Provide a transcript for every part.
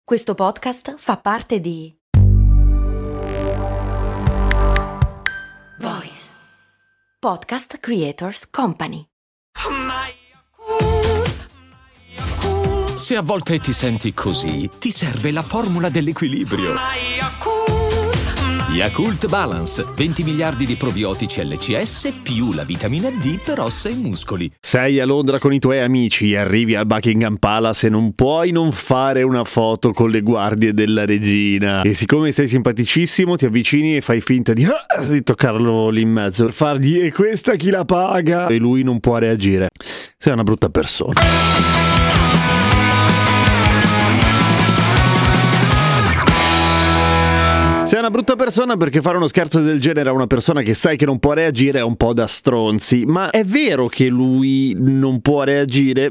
Questo podcast fa parte di Voice Podcast Creators Company. Se a volte ti senti così, ti serve la formula dell'equilibrio. Yakult Balance, 20 miliardi di probiotici LCS più la vitamina D per ossa e muscoli. Sei a Londra con i tuoi amici, arrivi al Buckingham Palace e non puoi non fare una foto con le guardie della regina. E siccome sei simpaticissimo, ti avvicini e fai finta di toccarlo lì in mezzo, per fargli "e questa chi la paga?" E lui non può reagire. Sei una brutta persona. Sei una brutta persona perché fare uno scherzo del genere a una persona che sai che non può reagire è un po' da stronzi. Ma è vero che lui non può reagire?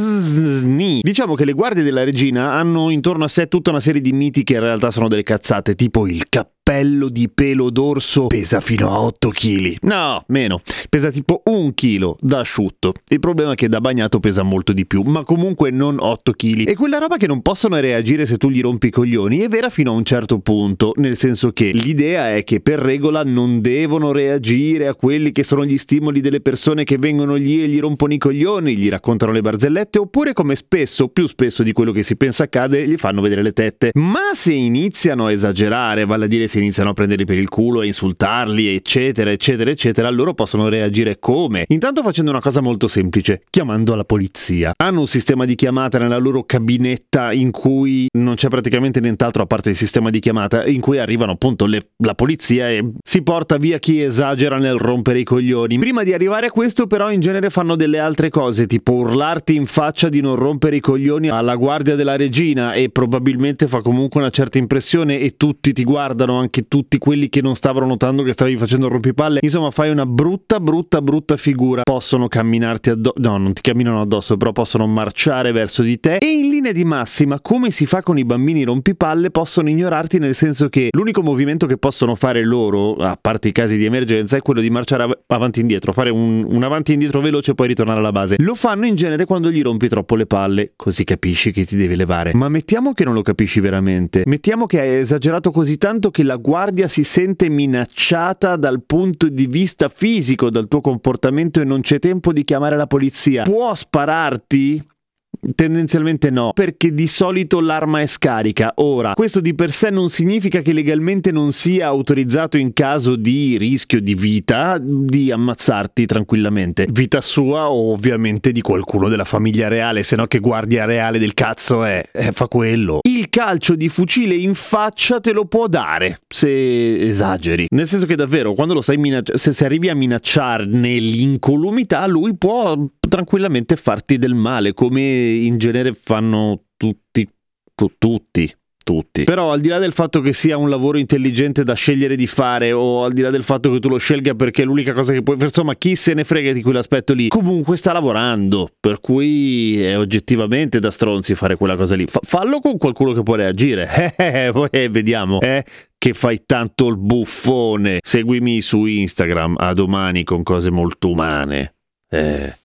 Diciamo che le guardie della regina hanno intorno a sé tutta una serie di miti che in realtà sono delle cazzate, tipo il cappello di pelo d'orso pesa fino a 8 kg. No, meno. Pesa tipo 1 chilo da asciutto. Il problema è che da bagnato pesa molto di più, ma comunque non 8 kg. E quella roba che non possono reagire se tu gli rompi i coglioni è vera fino a un certo punto, nel senso che l'idea è che per regola non devono reagire a quelli che sono gli stimoli delle persone che vengono lì e gli rompono i coglioni, gli raccontano le barzellette, oppure, come spesso, più spesso di quello che si pensa accade, gli fanno vedere le tette. Ma se iniziano a esagerare, vale a dire se iniziano a prenderli per il culo, a insultarli, eccetera, eccetera, eccetera, loro possono reagire come? Intanto facendo una cosa molto semplice, chiamando la polizia. Hanno un sistema di chiamata nella loro cabinetta in cui non c'è praticamente nient'altro a parte il sistema di chiamata, in cui arrivano appunto la polizia e si porta via chi esagera nel rompere i coglioni. Prima di arrivare a questo, però, in genere fanno delle altre cose, tipo urlarti in faccia di non rompere i coglioni alla guardia della regina, e probabilmente fa comunque una certa impressione e tutti ti guardano, anche tutti quelli che non stavano notando che stavi facendo il rompipalle. Insomma, fai una brutta figura. Possono camminarti addosso, no, non ti camminano addosso, però possono marciare verso di te, e in linea di massima, come si fa con i bambini rompipalle, possono ignorarti, nel senso che l'unico movimento che possono fare loro, a parte i casi di emergenza, è quello di marciare avanti e indietro, fare un avanti e indietro veloce e poi ritornare alla base. Lo fanno in genere quando gli rompi troppo le palle, così capisci che ti devi levare. Ma mettiamo che non lo capisci veramente, mettiamo che hai esagerato così tanto che la guardia si sente minacciata dal punto di vista fisico dal tuo comportamento e non c'è tempo di chiamare la polizia. Può spararti? Tendenzialmente no, perché di solito l'arma è scarica. Ora, questo di per sé non significa che legalmente non sia autorizzato, in caso di rischio di vita, di ammazzarti tranquillamente. Vita sua o ovviamente di qualcuno della famiglia reale, se no che guardia reale del cazzo è? Fa quello. Il calcio di fucile in faccia te lo può dare, se esageri. Nel senso che davvero, quando lo stai se arrivi a minacciarne l'incolumità, lui può tranquillamente farti del male, come in genere fanno tutti. Però al di là del fatto che sia un lavoro intelligente da scegliere di fare, o al di là del fatto che tu lo scelga perché è l'unica cosa che puoi fare, insomma, chi se ne frega di quell'aspetto lì, comunque sta lavorando, per cui è oggettivamente da stronzi fare quella cosa lì. Fallo con qualcuno che può reagire. Poi vediamo che fai tanto il buffone. Seguimi su Instagram, a domani con cose molto umane.